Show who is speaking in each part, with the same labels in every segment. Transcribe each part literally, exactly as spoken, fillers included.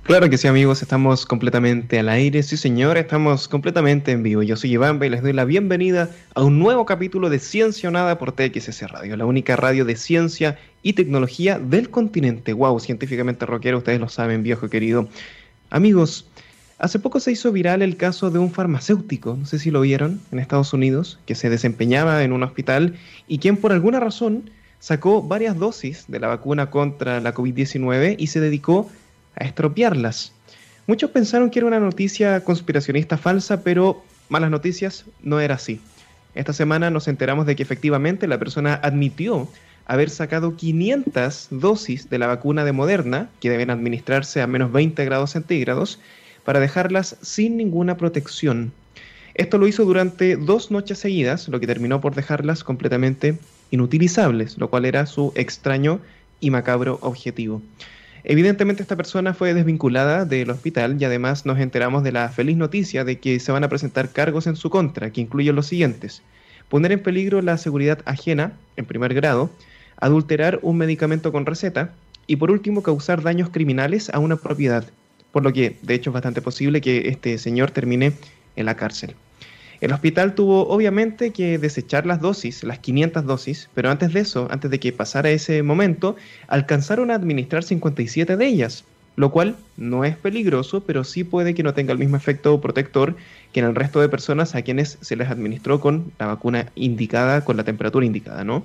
Speaker 1: Claro que sí, amigos, estamos completamente al aire. Sí, señor, estamos completamente en vivo. Yo soy Iván y les doy la bienvenida a un nuevo capítulo de Ciencia o Nada por T X S Radio, la única radio de ciencia y tecnología del continente. Wow, científicamente rockero, ustedes lo saben, viejo querido. Amigos, hace poco se hizo viral el caso de un farmacéutico, no sé si lo vieron, en Estados Unidos, que se desempeñaba en un hospital y quien por alguna razón sacó varias dosis de la vacuna contra la COVID diecinueve y se dedicó a estropearlas. Muchos pensaron que era una noticia conspiracionista falsa, pero malas noticias, no era así. Esta semana nos enteramos de que efectivamente la persona admitió haber sacado quinientas dosis de la vacuna de Moderna, que deben administrarse a menos veinte grados centígrados, para dejarlas sin ninguna protección. Esto lo hizo durante dos noches seguidas, lo que terminó por dejarlas completamente inutilizables, lo cual era su extraño y macabro objetivo. Evidentemente esta persona fue desvinculada del hospital y además nos enteramos de la feliz noticia de que se van a presentar cargos en su contra, que incluyen los siguientes: poner en peligro la seguridad ajena, en primer grado, adulterar un medicamento con receta y por último causar daños criminales a una propiedad, por lo que de hecho es bastante posible que este señor termine en la cárcel. El hospital tuvo obviamente que desechar las dosis, las quinientas dosis, pero antes de eso, antes de que pasara ese momento, alcanzaron a administrar cincuenta y siete de ellas, lo cual no es peligroso, pero sí puede que no tenga el mismo efecto protector que en el resto de personas a quienes se les administró con la vacuna indicada, con la temperatura indicada, ¿no?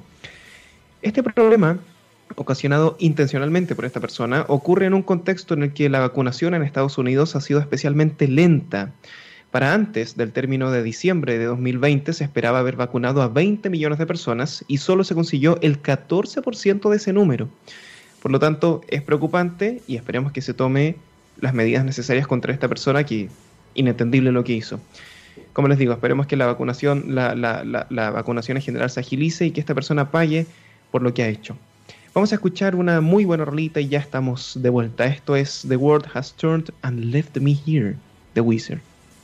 Speaker 1: Este problema, ocasionado intencionalmente por esta persona, ocurre en un contexto en el que la vacunación en Estados Unidos ha sido especialmente lenta. Para antes del término de diciembre de dos mil veinte se esperaba haber vacunado a veinte millones de personas y solo se consiguió el catorce por ciento de ese número. Por lo tanto, es preocupante y esperemos que se tome las medidas necesarias contra esta persona, que inentendible lo que hizo. Como les digo, esperemos que la vacunación, la, la, la, la vacunación en general se agilice y que esta persona pague por lo que ha hecho. Vamos a escuchar una muy buena rolita y ya estamos de vuelta. Esto es The World Has Turned and Left Me Here, The Wizard.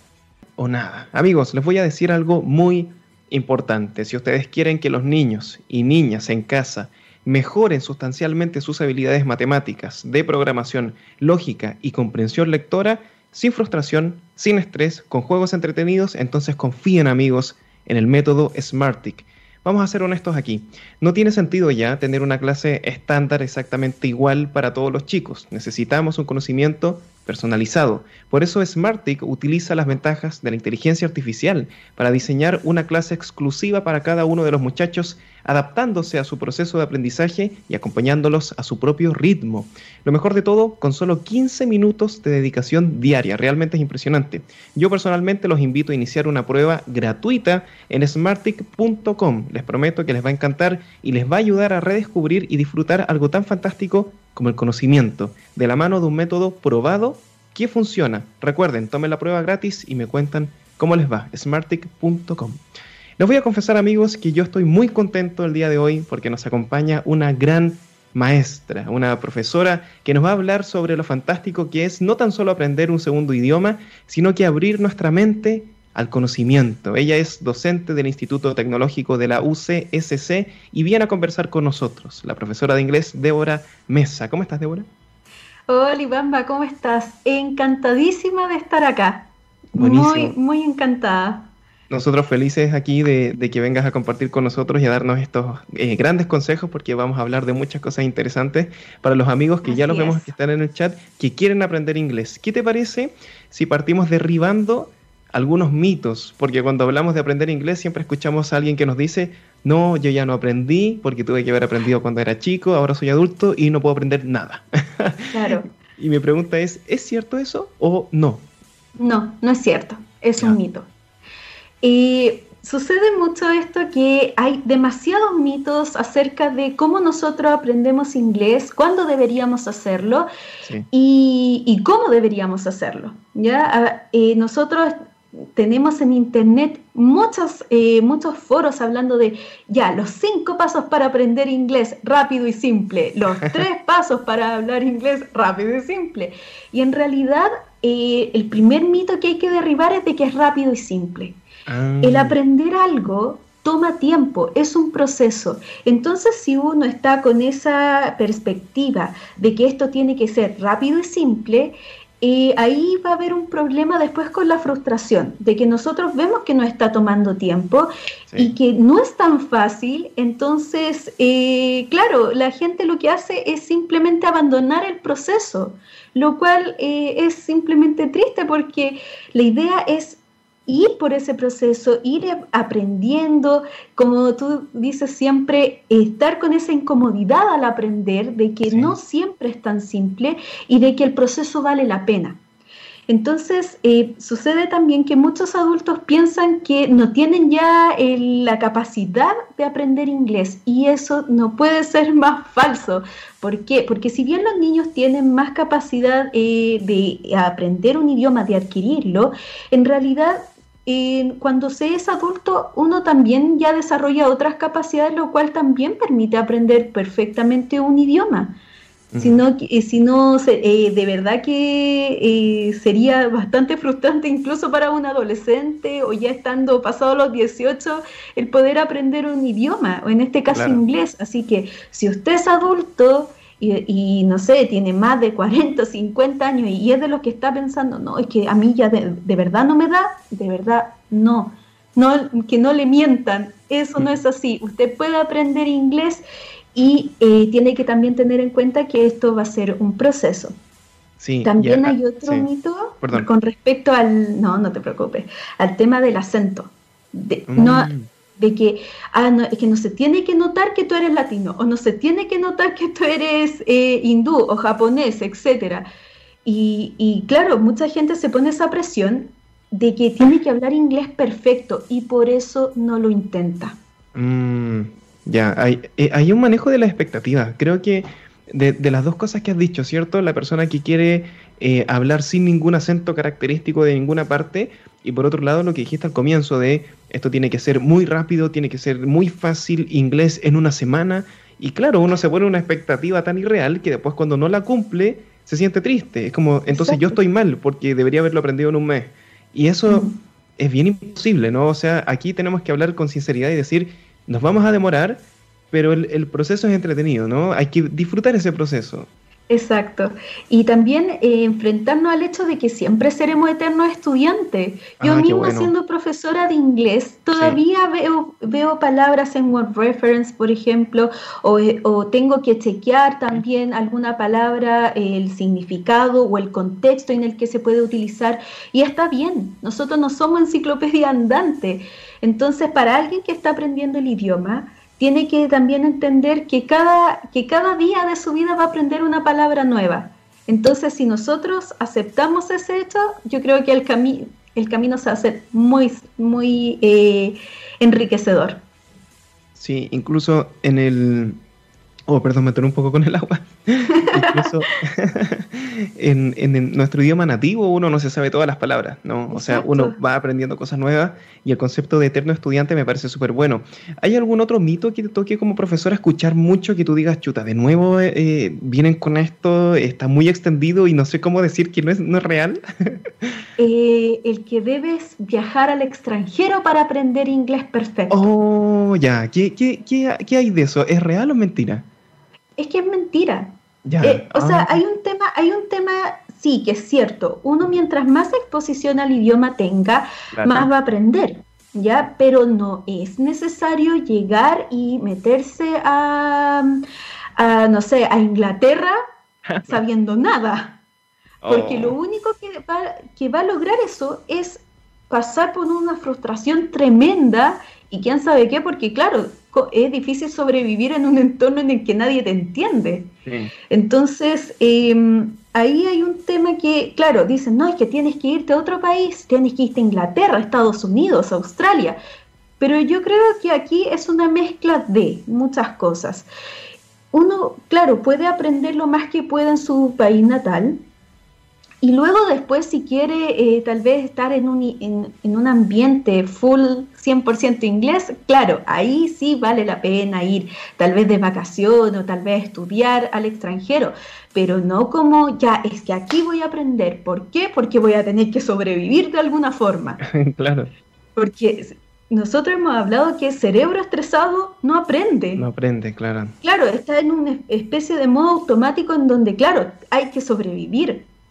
Speaker 1: O nada. Amigos, les voy a decir algo muy importante. Si ustedes quieren que los niños y niñas en casa mejoren sustancialmente sus habilidades matemáticas, de programación, lógica y comprensión lectora, sin frustración, sin estrés, con juegos entretenidos, entonces confíen, amigos, en el método Smartick. Vamos a ser honestos aquí. No tiene sentido ya tener una clase estándar exactamente igual para todos los chicos. Necesitamos un conocimiento personalizado. Por eso Smartick utiliza las ventajas de la inteligencia artificial para diseñar una clase exclusiva para cada uno de los muchachos, adaptándose a su proceso de aprendizaje y acompañándolos a su propio ritmo. Lo mejor de todo, con solo quince minutos de dedicación diaria. Realmente es impresionante. Yo personalmente los invito a iniciar una prueba gratuita en smartick punto com. Les prometo que les va a encantar y les va a ayudar a redescubrir y disfrutar algo tan fantástico como el conocimiento, de la mano de un método probado que funciona. Recuerden, tomen la prueba gratis y me cuentan cómo les va. smartick punto com. Les voy a confesar, amigos, que yo estoy muy contento el día de hoy porque nos acompaña una gran maestra, una profesora que nos va a hablar sobre lo fantástico que es no tan solo aprender un segundo idioma, sino que abrir nuestra mente al conocimiento. Ella es docente del Instituto Tecnológico de la U C S C y viene a conversar con nosotros, la profesora de inglés Débora Mesa. ¿Cómo estás, Débora?
Speaker 2: Hola, Ibamba, ¿cómo estás? Encantadísima de estar acá.
Speaker 1: Buenísimo.
Speaker 2: Muy, muy encantada.
Speaker 1: Nosotros felices aquí de, de que vengas a compartir con nosotros y a darnos estos eh, grandes consejos, porque vamos a hablar de muchas cosas interesantes para los amigos que
Speaker 2: Así
Speaker 1: ya los vemos
Speaker 2: es.
Speaker 1: que están en el chat, que quieren aprender inglés. ¿Qué te parece si partimos derribando algunos mitos? Porque cuando hablamos de aprender inglés siempre escuchamos a alguien que nos dice: no, yo ya no aprendí porque tuve que haber aprendido cuando era chico, ahora soy adulto y no puedo aprender nada.
Speaker 2: Claro.
Speaker 1: Y mi pregunta es, ¿es cierto eso o no?
Speaker 2: No, no es cierto. Es
Speaker 1: Ya.
Speaker 2: un mito. Y sucede mucho esto, que hay demasiados mitos acerca de cómo nosotros aprendemos inglés, cuándo deberíamos hacerlo,
Speaker 1: Sí.
Speaker 2: y, y cómo deberíamos hacerlo. ¿Ya? Ah, eh, nosotros tenemos en internet muchos, eh, muchos foros hablando de ya los cinco pasos para aprender inglés rápido y simple, los tres pasos para hablar inglés rápido y simple. Y en realidad eh, el primer mito que hay que derribar es de que es rápido y simple.
Speaker 1: Ah.
Speaker 2: El aprender algo toma tiempo, es un proceso. Entonces, si uno está con esa perspectiva de que esto tiene que ser rápido y simple, eh, ahí va a haber un problema después con la frustración, de que nosotros vemos que no está tomando tiempo sí. y que no es tan fácil. Entonces, eh, claro, la gente lo que hace es simplemente abandonar el proceso, lo cual eh, es simplemente triste, porque la idea es ir por ese proceso, ir aprendiendo, como tú dices siempre, estar con esa incomodidad al aprender, de que sí. no siempre es tan simple y de que el proceso vale la pena. Entonces, eh, sucede también que muchos adultos piensan que no tienen ya el, la capacidad de aprender inglés, y eso no puede ser más falso. ¿Por qué? Porque si bien los niños tienen más capacidad eh, de aprender un idioma, de adquirirlo, en realidad eh, cuando se es adulto uno también ya desarrolla otras capacidades, lo cual también permite aprender perfectamente un idioma. Si no, si no eh, de verdad que eh, sería bastante frustrante incluso para un adolescente, o ya estando pasados los dieciocho, el poder aprender un idioma, o en este caso claro. inglés. Así que si usted es adulto y, y no sé, tiene más de cuarenta, cincuenta años y es de los que está pensando, no, es que a mí ya de, de verdad no me da, de verdad no. No, que no le mientan, eso no es así. Usted puede aprender inglés. Y eh, tiene que también tener en cuenta que esto va a ser un proceso.
Speaker 1: Sí,
Speaker 2: también
Speaker 1: ya,
Speaker 2: hay otro
Speaker 1: sí.
Speaker 2: mito
Speaker 1: Perdón.
Speaker 2: con respecto al, no, no te preocupes, al tema del acento. De, mm. no, de que, ah, no, es que no se tiene que notar que tú eres latino, o no se tiene que notar que tú eres eh, hindú o japonés, etcétera. Y, y claro, mucha gente se pone esa presión de que tiene que hablar inglés perfecto, y por eso no lo intenta.
Speaker 1: Mm. Ya, hay, eh, hay un manejo de las expectativas. Creo que de, de las dos cosas que has dicho, ¿cierto? La persona que quiere eh, hablar sin ningún acento característico de ninguna parte, y por otro lado lo que dijiste al comienzo de esto tiene que ser muy rápido, tiene que ser muy fácil, inglés en una semana, y claro, uno se pone una expectativa tan irreal que después cuando no la cumple se siente triste. Es como, entonces Exacto. yo estoy mal porque debería haberlo aprendido en un mes. Y eso mm. es bien imposible, ¿no? O sea, aquí tenemos que hablar con sinceridad y decir, nos vamos a demorar, pero el, el proceso es entretenido, ¿no? Hay que disfrutar ese proceso.
Speaker 2: Exacto. Y también eh, enfrentarnos al hecho de que siempre seremos eternos estudiantes. Yo ah, misma, bueno. siendo profesora de inglés, todavía sí. veo, veo palabras en Word Reference, por ejemplo, o, o tengo que chequear también alguna palabra, el significado o el contexto en el que se puede utilizar. Y está bien, nosotros no somos enciclopedia andante. Entonces, para alguien que está aprendiendo el idioma, tiene que también entender que cada, que cada día de su vida va a aprender una palabra nueva. Entonces, si nosotros aceptamos ese hecho, yo creo que el, cami- el camino se va a hacer muy, muy eh, enriquecedor.
Speaker 1: Sí, incluso en el... Oh, perdón, me atoré un poco con el agua. Incluso en, en, en nuestro idioma nativo uno no se sabe todas las palabras, ¿no? O sea, uno va aprendiendo cosas nuevas, y el concepto de eterno estudiante me parece súper bueno. ¿Hay algún otro mito que te toque como profesora escuchar mucho, que tú digas, chuta, de nuevo eh, vienen con esto, está muy extendido y no sé cómo decir que no es, no es real?
Speaker 2: eh, el que debes viajar al extranjero para aprender inglés perfecto.
Speaker 1: Oh, ya. ¿Qué, qué, qué, qué hay de eso? ¿Es real o mentira?
Speaker 2: Es que es mentira.
Speaker 1: Ya.
Speaker 2: Eh, o
Speaker 1: ah.
Speaker 2: sea, hay un tema, hay un tema, sí, que es cierto. Uno, mientras más exposición al idioma tenga, claro. más va a aprender, ¿ya? Pero no es necesario llegar y meterse a, a no sé, a Inglaterra sabiendo nada. Porque oh. lo único que va, que va a lograr eso es pasar por una frustración tremenda, y quién sabe qué, porque claro, es difícil sobrevivir en un entorno en el que nadie te entiende. Sí. Entonces, eh, ahí hay un tema que, claro, dicen, no, es que tienes que irte a otro país, tienes que irte a Inglaterra, Estados Unidos, Australia. Pero yo creo que aquí es una mezcla de muchas cosas. Uno, claro, puede aprender lo más que pueda en su país natal, y luego después, si quiere eh, tal vez estar en un, en, en un ambiente full cien por ciento inglés, claro, ahí sí vale la pena ir tal vez de vacación o tal vez estudiar al extranjero, pero no como, ya, es que aquí voy a aprender. ¿Por qué? Porque voy a tener que sobrevivir de alguna forma.
Speaker 1: Claro.
Speaker 2: Porque nosotros hemos hablado que el cerebro estresado no aprende.
Speaker 1: No aprende, claro.
Speaker 2: Claro, está en una especie de modo automático en donde, claro, hay que sobrevivir.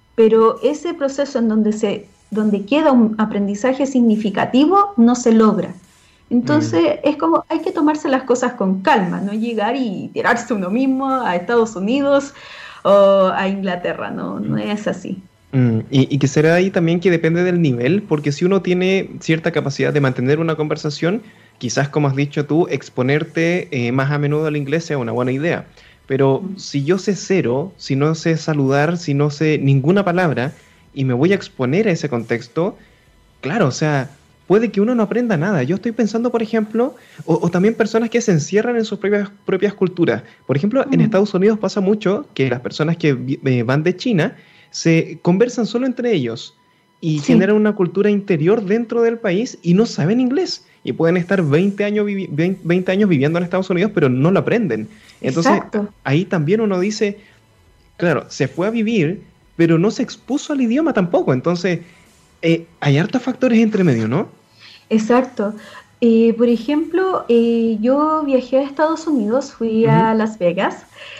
Speaker 2: pero ese proceso en donde, se, donde queda un aprendizaje significativo no se logra. Entonces mm. es como, hay que tomarse las cosas con calma, no llegar y tirarse uno mismo a Estados Unidos o a Inglaterra, no, no es así.
Speaker 1: Mm, y, y que será ahí también que depende del nivel, porque si uno tiene cierta capacidad de mantener una conversación, quizás, como has dicho tú, exponerte eh, más a menudo al inglés sea una buena idea. Pero mm. si yo sé cero, si no sé saludar, si no sé ninguna palabra, y me voy a exponer a ese contexto, claro, o sea, puede que uno no aprenda nada. Yo estoy pensando, por ejemplo, o, o también personas que se encierran en sus propias, propias culturas. Por ejemplo, mm. en Estados Unidos pasa mucho que las personas que eh, van de China se conversan solo entre ellos y sí. generan una cultura interior dentro del país y no saben inglés. Y pueden estar veinte años, vivi- veinte años viviendo en Estados Unidos, pero no lo aprenden. Entonces, Exacto. ahí también uno dice, claro, se fue a vivir, pero no se expuso al idioma tampoco. Entonces, eh, hay hartos factores entre medio, ¿no?
Speaker 2: Exacto. Eh, por ejemplo, eh, yo viajé a Estados Unidos, fui uh-huh. a Las Vegas,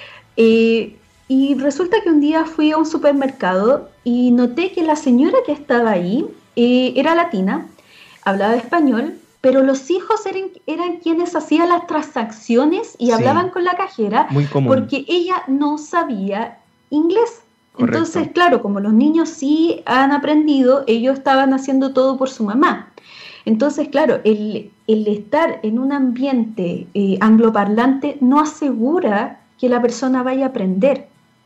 Speaker 2: eh, y resulta que un día fui a un supermercado y noté que la señora que estaba ahí eh, era latina, hablaba español, pero los hijos eran, eran quienes hacían las transacciones y sí, hablaban con la cajera porque ella no sabía inglés. Correcto. Entonces, claro, como los niños sí han aprendido, ellos estaban haciendo todo por su mamá. Entonces, claro, el, el estar en un ambiente eh, angloparlante no asegura que la persona vaya a aprender.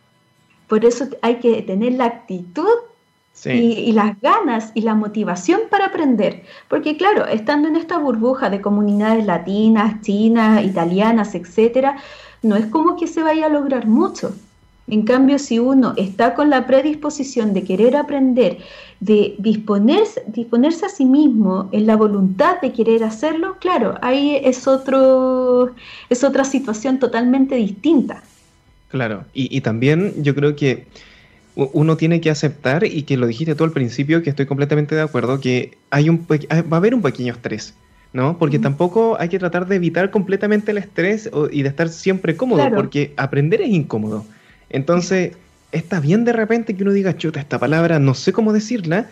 Speaker 2: Por eso hay que tener la actitud sí. y, y las ganas y la motivación para aprender. Porque claro, estando en esta burbuja de comunidades latinas, chinas, italianas, etcétera, no es como que se vaya a lograr mucho. En cambio, si uno está con la predisposición de querer aprender, de disponerse, disponerse a sí mismo en la voluntad de querer hacerlo, claro, ahí es, otro, es otra situación totalmente distinta.
Speaker 1: Claro, y, y también yo creo que uno tiene que aceptar, y que lo dijiste tú al principio, que estoy completamente de acuerdo, que hay un pe- va a haber un pequeño estrés, ¿no? Porque mm. tampoco hay que tratar de evitar completamente el estrés o, y de estar siempre cómodo, claro. porque aprender es incómodo. Entonces, está bien de repente que uno diga, chuta, esta palabra no sé cómo decirla,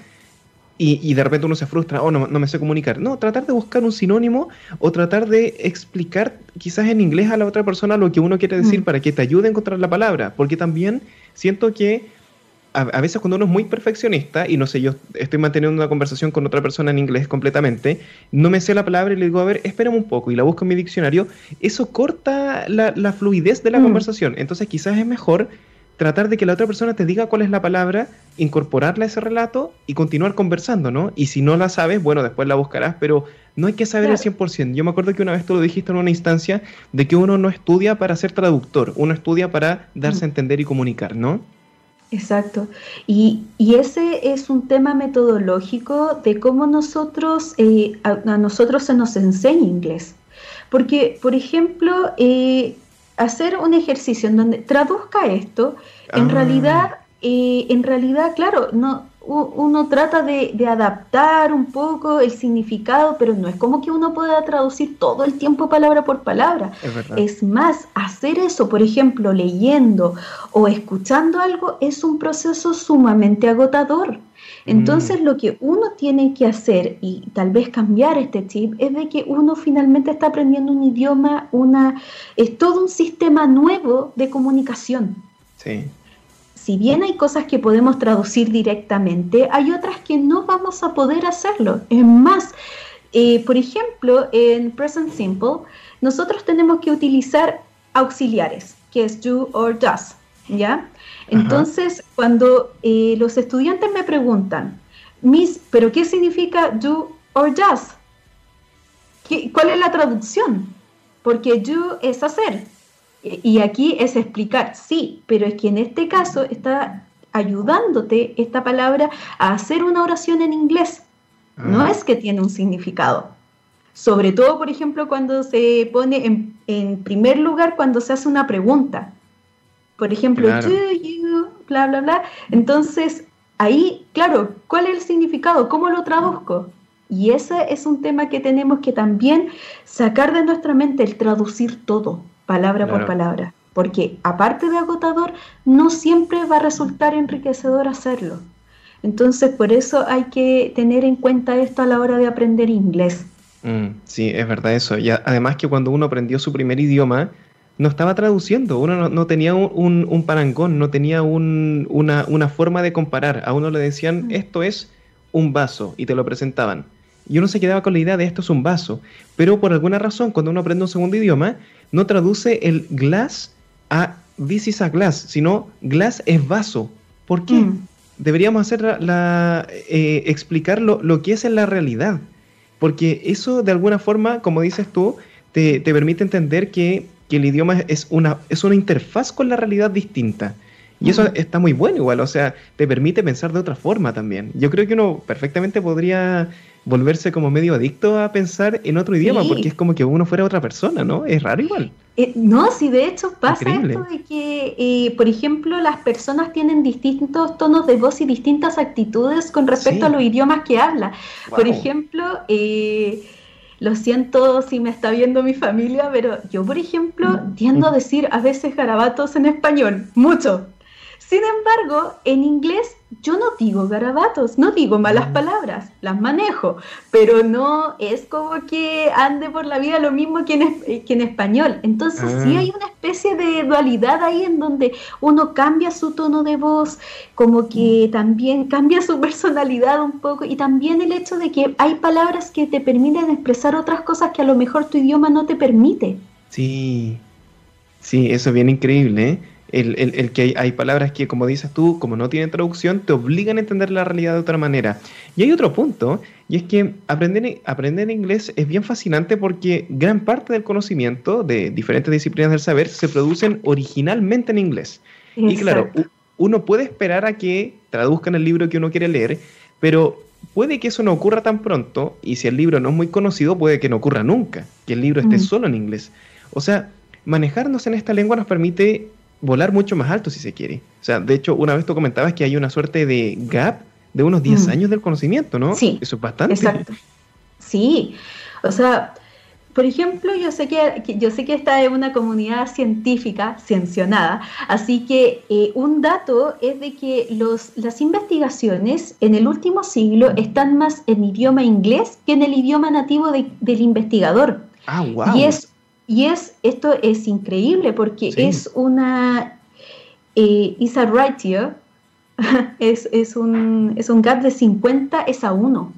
Speaker 1: y, y de repente uno se frustra, oh, no, no me sé comunicar. No, tratar de buscar un sinónimo o tratar de explicar quizás en inglés a la otra persona lo que uno quiere decir mm. para que te ayude a encontrar la palabra. Porque también siento que a, a veces cuando uno es muy perfeccionista, y no sé, yo estoy manteniendo una conversación con otra persona en inglés completamente, no me sé la palabra y le digo, a ver, espérame un poco, y la busco en mi diccionario, eso corta la, la fluidez de la mm. conversación. Entonces quizás es mejor tratar de que la otra persona te diga cuál es la palabra, incorporarla a ese relato y continuar conversando, ¿no? Y si no la sabes, bueno, después la buscarás, pero no hay que saber claro. el cien por ciento. Yo me acuerdo que una vez tú lo dijiste en una instancia de que uno no estudia para ser traductor, uno estudia para darse mm. a entender y comunicar, ¿no?
Speaker 2: Exacto. Y, y ese es un tema metodológico de cómo nosotros, eh, a, a nosotros se nos enseña inglés. Porque, por ejemplo, eh, hacer un ejercicio en donde traduzca esto, en ah. realidad, eh, en realidad, claro, no, uno trata de, de adaptar un poco el significado, pero no es como que uno pueda traducir todo el tiempo palabra por palabra. Es, es más, hacer eso, por ejemplo, leyendo o escuchando algo, es un proceso sumamente agotador. Entonces mm. lo que uno tiene que hacer, y tal vez cambiar este chip, es de que uno finalmente está aprendiendo un idioma, una, es todo un sistema nuevo de comunicación.
Speaker 1: Sí.
Speaker 2: Si bien hay cosas que podemos traducir directamente, hay otras que no vamos a poder hacerlo. Es más, eh, por ejemplo, en Present Simple, nosotros tenemos que utilizar auxiliares, que es do or does, ¿ya? Entonces, Ajá. cuando eh, los estudiantes me preguntan, Miss, ¿pero qué significa do or does? ¿Qué, ¿Cuál es la traducción? Porque do es hacer. Y aquí es explicar, sí, pero es que en este caso está ayudándote esta palabra a hacer una oración en inglés. Ah. No es que tiene un significado. Sobre todo, por ejemplo, cuando se pone en, en primer lugar, cuando se hace una pregunta. Por ejemplo, claro. do you, bla, bla, bla. Entonces, ahí, claro, ¿cuál es el significado? ¿Cómo lo traduzco? Y ese es un tema que tenemos que también sacar de nuestra mente, el traducir todo. Palabra claro. por palabra. porque aparte de agotador, no siempre va a resultar enriquecedor hacerlo. Entonces, por eso hay que tener en cuenta esto a la hora de aprender inglés.
Speaker 1: Mm, sí, es verdad eso. Y a- además que cuando uno aprendió su primer idioma, no estaba traduciendo, uno no, no tenía un, un- un parangón, no tenía un- una, una forma de comparar. A uno le decían,
Speaker 2: Mm.
Speaker 1: esto es un vaso, y te lo presentaban. Y uno se quedaba con la idea de esto es un vaso. Pero por alguna razón, cuando uno aprende un segundo idioma, no traduce el glass a this is a glass, sino glass es vaso. ¿Por qué?
Speaker 2: Mm.
Speaker 1: Deberíamos hacer la, la, eh, explicar lo, lo que es en la realidad. Porque eso, de alguna forma, como dices tú, te, te permite entender que, que el idioma es una, es una interfaz con la realidad distinta. Y eso
Speaker 2: Mm.
Speaker 1: está muy bueno igual, o sea, te permite pensar de otra forma también. Yo creo que uno perfectamente podría volverse como medio adicto a pensar en otro idioma, porque
Speaker 2: Sí.
Speaker 1: es como que uno fuera otra persona, ¿no? Es raro igual.
Speaker 2: Eh, no, sí, de hecho pasa
Speaker 1: Increíble.
Speaker 2: esto de que, eh, por ejemplo, las personas tienen distintos tonos de voz y distintas actitudes con respecto a
Speaker 1: Sí.
Speaker 2: los idiomas que hablan. Por
Speaker 1: Wow.
Speaker 2: ejemplo, eh, lo siento si me está viendo mi familia, pero yo, por ejemplo, tiendo a decir a veces garabatos en español, mucho. Sin embargo, en inglés yo no digo garabatos, no digo malas
Speaker 1: Mm.
Speaker 2: palabras, las manejo, pero no es como que ande por la vida lo mismo que en, es- eh, que en español. Entonces sí
Speaker 1: Ah,
Speaker 2: hay una especie de dualidad ahí en donde uno cambia su tono de voz, como que también cambia su personalidad un poco, y también el hecho de que hay palabras que te permiten expresar otras cosas que a lo mejor tu idioma no te permite.
Speaker 1: sí. Sí, eso es bien increíble, ¿eh? El, el- el que hay, hay palabras que, como dices tú, como no tienen traducción, te obligan a entender la realidad de otra manera. Y hay otro punto, y es que aprender, aprender inglés es bien fascinante porque gran parte del conocimiento de diferentes disciplinas del saber se producen originalmente en inglés. Y claro,
Speaker 2: Exacto.
Speaker 1: u- uno puede esperar a que traduzcan el libro que uno quiere leer, pero puede que eso no ocurra tan pronto, y si el libro no es muy conocido, puede que no ocurra nunca, que el libro esté
Speaker 2: Mm.
Speaker 1: solo en inglés. O sea, manejarnos en esta lengua nos permite volar mucho más alto si se quiere. O sea, de hecho, una vez tú comentabas que hay una suerte de gap de unos diez
Speaker 2: Mm.
Speaker 1: años del conocimiento, ¿no?
Speaker 2: Sí,
Speaker 1: Eso es bastante.
Speaker 2: exacto. Sí, o sea, por ejemplo, yo sé que, que- yo sé que esta es una comunidad científica, ciencionada, así que eh, un dato es de que los, las investigaciones en el último siglo están más en idioma inglés que en el idioma nativo de- del investigador.
Speaker 1: Ah,
Speaker 2: Y
Speaker 1: wow.
Speaker 2: es, y es, esto es increíble porque
Speaker 1: Sí.
Speaker 2: es una, eh, is a ratio, es, es, un, es un gap de cincuenta es a uno.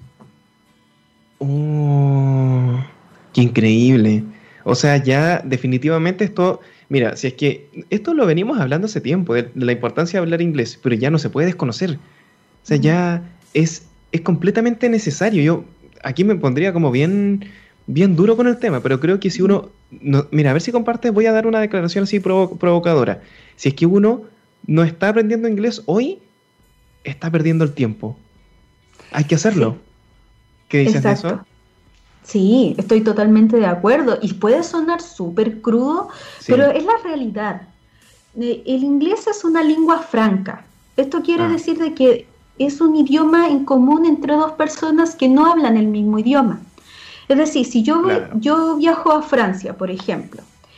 Speaker 1: Oh, qué increíble. O sea, ya definitivamente esto, mira, si es que esto lo venimos hablando hace tiempo, de, de la importancia de hablar inglés, pero ya no se puede desconocer. O sea, ya es, es completamente necesario. Yo aquí me pondría como bien, bien duro con el tema, pero creo que si uno, no, mira, a ver si compartes, voy a dar una declaración así provo- provocadora. Si es que uno no está aprendiendo inglés hoy, está perdiendo el tiempo. Hay que hacerlo.
Speaker 2: Sí,
Speaker 1: ¿Qué dices de eso?
Speaker 2: exacto. Sí, estoy totalmente de acuerdo. Y puede sonar súper crudo, pero
Speaker 1: Sí.
Speaker 2: es la realidad. Eh, El inglés es una lengua franca. Esto quiere
Speaker 1: Ah,
Speaker 2: decir de que es un idioma en común entre dos personas que no hablan el mismo idioma. Es decir, si yo, voy-
Speaker 1: claro.
Speaker 2: yo viajo a Francia, por ejemplo,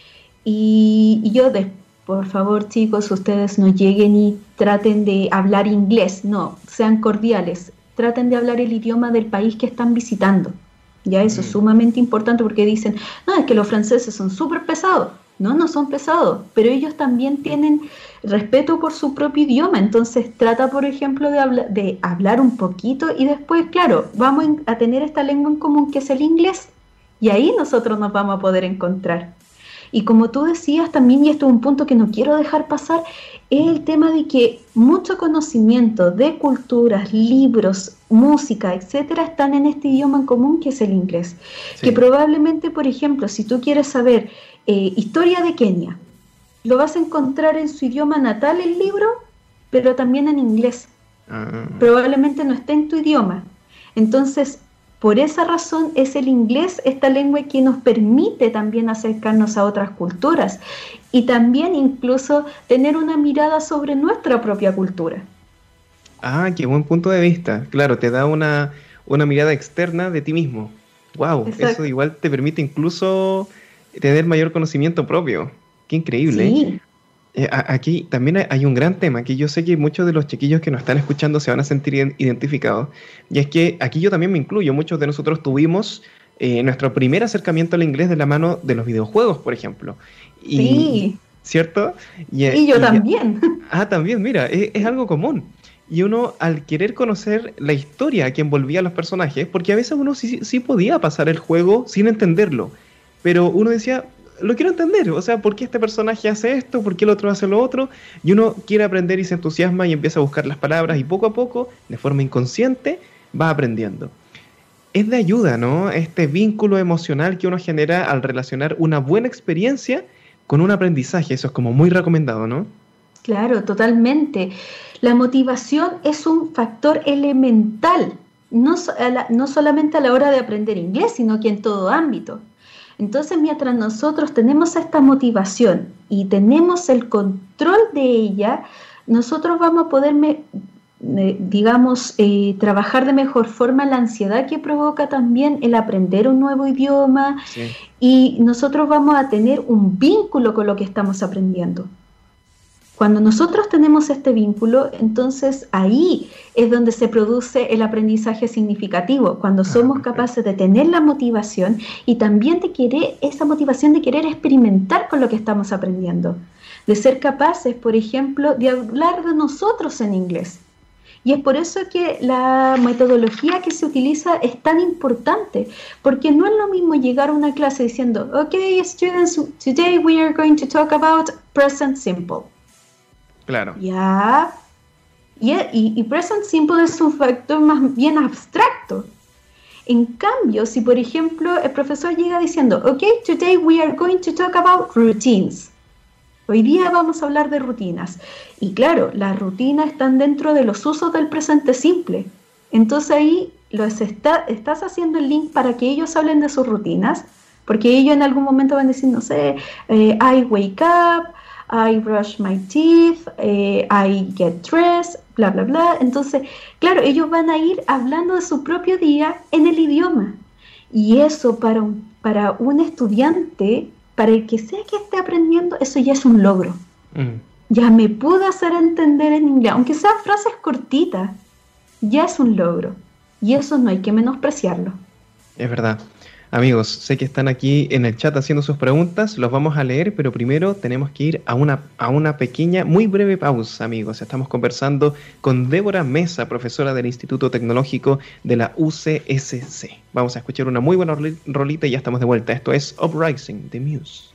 Speaker 2: y, y yo, de, por favor, chicos, ustedes no lleguen y traten de hablar inglés, no, sean cordiales, traten de hablar el idioma del país que están visitando. Ya eso es
Speaker 1: Mm,
Speaker 2: sumamente importante porque dicen, no, es que los franceses son súper pesados. No, no son pesados, pero ellos también tienen respeto por su propio idioma. Entonces trata, por ejemplo, de, habla de hablar un poquito y después, claro, vamos en- a tener esta lengua en común que es el inglés. Y ahí nosotros nos vamos a poder encontrar. Y como tú decías también, y esto es un punto que no quiero dejar pasar, es el tema de que mucho conocimiento de culturas, libros, música, etcétera, están en este idioma en común que es el inglés. Que
Speaker 1: sí.
Speaker 2: probablemente, por ejemplo, si tú quieres saber eh, historia de Kenia, lo vas a encontrar en su idioma natal el libro, pero también en inglés.
Speaker 1: Ah,
Speaker 2: Probablemente no esté en tu idioma. Entonces, por esa razón es el inglés esta lengua que nos permite también acercarnos a otras culturas y también incluso tener una mirada sobre nuestra propia cultura.
Speaker 1: ah, qué buen punto de vista. Claro, te da una, una mirada externa de ti mismo. Wow, eso
Speaker 2: Exacto.
Speaker 1: igual te permite incluso tener mayor conocimiento propio. Qué increíble.
Speaker 2: Sí,
Speaker 1: Eh, a- aquí también hay, hay un gran tema que yo sé que muchos de los chiquillos que nos están escuchando se van a sentir iden- identificados. Y es que aquí yo también me incluyo. Muchos de nosotros tuvimos eh, nuestro primer acercamiento al inglés de la mano de los videojuegos, por ejemplo. Y,
Speaker 2: Sí,
Speaker 1: ¿cierto? Y,
Speaker 2: y
Speaker 1: eh,
Speaker 2: yo
Speaker 1: y-
Speaker 2: también.
Speaker 1: ah, también, mira, es, es algo común. Y uno, al querer conocer la historia que envolvía a los personajes, porque a veces uno sí, sí podía pasar el juego sin entenderlo, pero uno decía, lo quiero entender, o sea, ¿por qué este personaje hace esto? ¿Por qué el otro hace lo otro? Y uno quiere aprender y se entusiasma y empieza a buscar las palabras y poco a poco, de forma inconsciente, va aprendiendo. Es de ayuda, ¿no? Este vínculo emocional que uno genera al relacionar una buena experiencia con un aprendizaje, eso es como muy recomendado, ¿no?
Speaker 2: Claro, totalmente. La motivación es un factor elemental, no, so- a la- no solamente a la hora de aprender inglés, sino que en todo ámbito. Entonces, mientras nosotros tenemos esta motivación y tenemos el control de ella, nosotros vamos a poder, me- me- digamos, eh, trabajar de mejor forma la ansiedad que provoca también el aprender un nuevo idioma,
Speaker 1: Sí.
Speaker 2: y nosotros vamos a tener un vínculo con lo que estamos aprendiendo. Cuando nosotros tenemos este vínculo, entonces ahí es donde se produce el aprendizaje significativo, cuando
Speaker 1: Ah,
Speaker 2: somos
Speaker 1: perfecto.
Speaker 2: capaces de tener la motivación y también de querer, esa motivación de querer experimentar con lo que estamos aprendiendo, de ser capaces, por ejemplo, de hablar de nosotros en inglés. Y es por eso que la metodología que se utiliza es tan importante, porque no es lo mismo llegar a una clase diciendo, okay, students, today we are going to talk about present simple.
Speaker 1: Claro.
Speaker 2: Ya, y, y, y present simple es un factor más bien abstracto. En cambio, si por ejemplo el profesor llega diciendo, ok, today we are going to talk about routines. Hoy día vamos a hablar de rutinas. Y claro, las rutinas están dentro de los usos del presente simple. Entonces ahí los está, estás haciendo el link para que ellos hablen de sus rutinas, porque ellos en algún momento van a decir, no sé, eh, I wake up, I brush my teeth, eh, I get dressed, bla, bla, bla. Entonces, claro, ellos van a ir hablando de su propio día en el idioma. Y eso para un, para un estudiante, para el que sea que esté aprendiendo, eso ya es un logro.
Speaker 1: Mm.
Speaker 2: Ya me pude hacer entender en inglés, aunque sean frases cortitas, ya es un logro. Y eso no hay que menospreciarlo.
Speaker 1: Es verdad. Amigos, sé que están aquí en el chat haciendo sus preguntas, los vamos a leer, pero primero tenemos que ir a una, a una pequeña, muy breve pausa, amigos. Estamos conversando con Débora Mesa, profesora del Instituto Tecnológico de la U C S C. Vamos a escuchar una muy buena roli- rolita y ya estamos de vuelta. Esto es Uprising de Muse.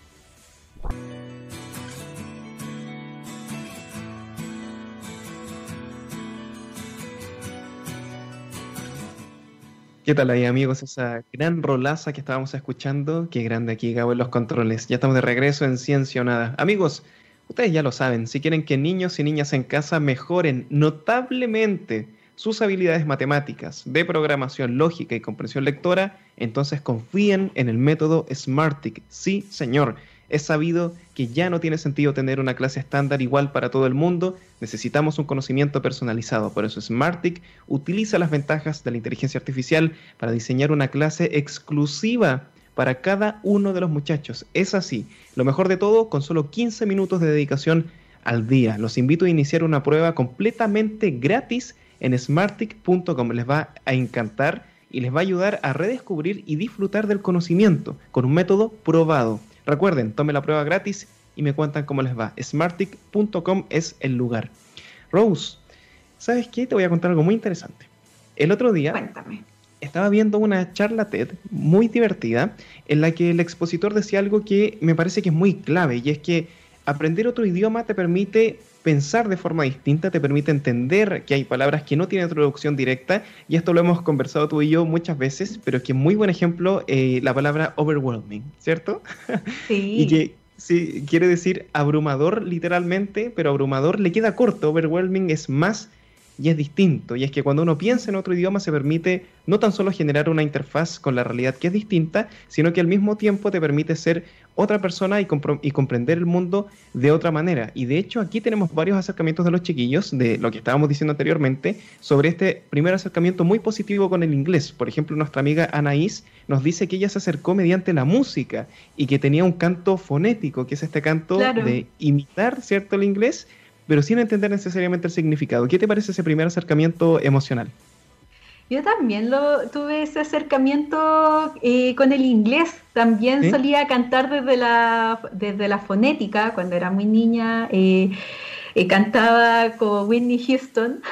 Speaker 1: ¿Qué tal ahí, amigos? Esa gran rolaza que estábamos escuchando. Qué grande aquí, Gabo, en los controles. Ya estamos de regreso en Ciencia o Nada. Amigos, ustedes ya lo saben. Si quieren que niños y niñas en casa mejoren notablemente sus habilidades matemáticas, de programación lógica y comprensión lectora, entonces confíen en el método Smartick. Sí, señor. Es sabido que ya no tiene sentido tener una clase estándar igual para todo el mundo. Necesitamos un conocimiento personalizado. Por eso Smartick utiliza las ventajas de la inteligencia artificial para diseñar una clase exclusiva para cada uno de los muchachos. Es así. Lo mejor de todo, con solo quince minutos de dedicación al día. Los invito a iniciar una prueba completamente gratis en smartick punto com. Les va a encantar y les va a ayudar a redescubrir y disfrutar del conocimiento con un método probado. Recuerden, tomen la prueba gratis y me cuentan cómo les va. smartick punto com es el lugar. Rose, ¿sabes qué? Te voy a contar algo muy interesante. El otro día
Speaker 2: Cuéntame.
Speaker 1: estaba viendo una charla TED muy divertida en la que el expositor decía algo que me parece que es muy clave, y es que aprender otro idioma te permite pensar de forma distinta, te permite entender que hay palabras que no tienen traducción directa, y esto lo hemos conversado tú y yo muchas veces, pero es que muy buen ejemplo eh, la palabra overwhelming, ¿cierto?
Speaker 2: Sí.
Speaker 1: Y que sí, quiere decir abrumador literalmente, pero abrumador le queda corto, overwhelming es más y es distinto, y es que cuando uno piensa en otro idioma se permite no tan solo generar una interfaz con la realidad que es distinta, sino que al mismo tiempo te permite ser otra persona y, compro- y comprender el mundo de otra manera. Y de hecho aquí tenemos varios acercamientos de los chiquillos, de lo que estábamos diciendo anteriormente, sobre este primer acercamiento muy positivo con el inglés. Por ejemplo, nuestra amiga Anaís nos dice que ella se acercó mediante la música y que tenía un canto fonético, que es este canto
Speaker 2: Claro.
Speaker 1: de imitar, ¿cierto?, el inglés, pero sin entender necesariamente el significado. ¿Qué te parece ese primer acercamiento emocional?
Speaker 2: Yo también lo tuve ese acercamiento eh, con el inglés. También
Speaker 1: ¿Sí?
Speaker 2: solía cantar desde la, desde la fonética, cuando era muy niña. Eh, eh, cantaba con Whitney Houston.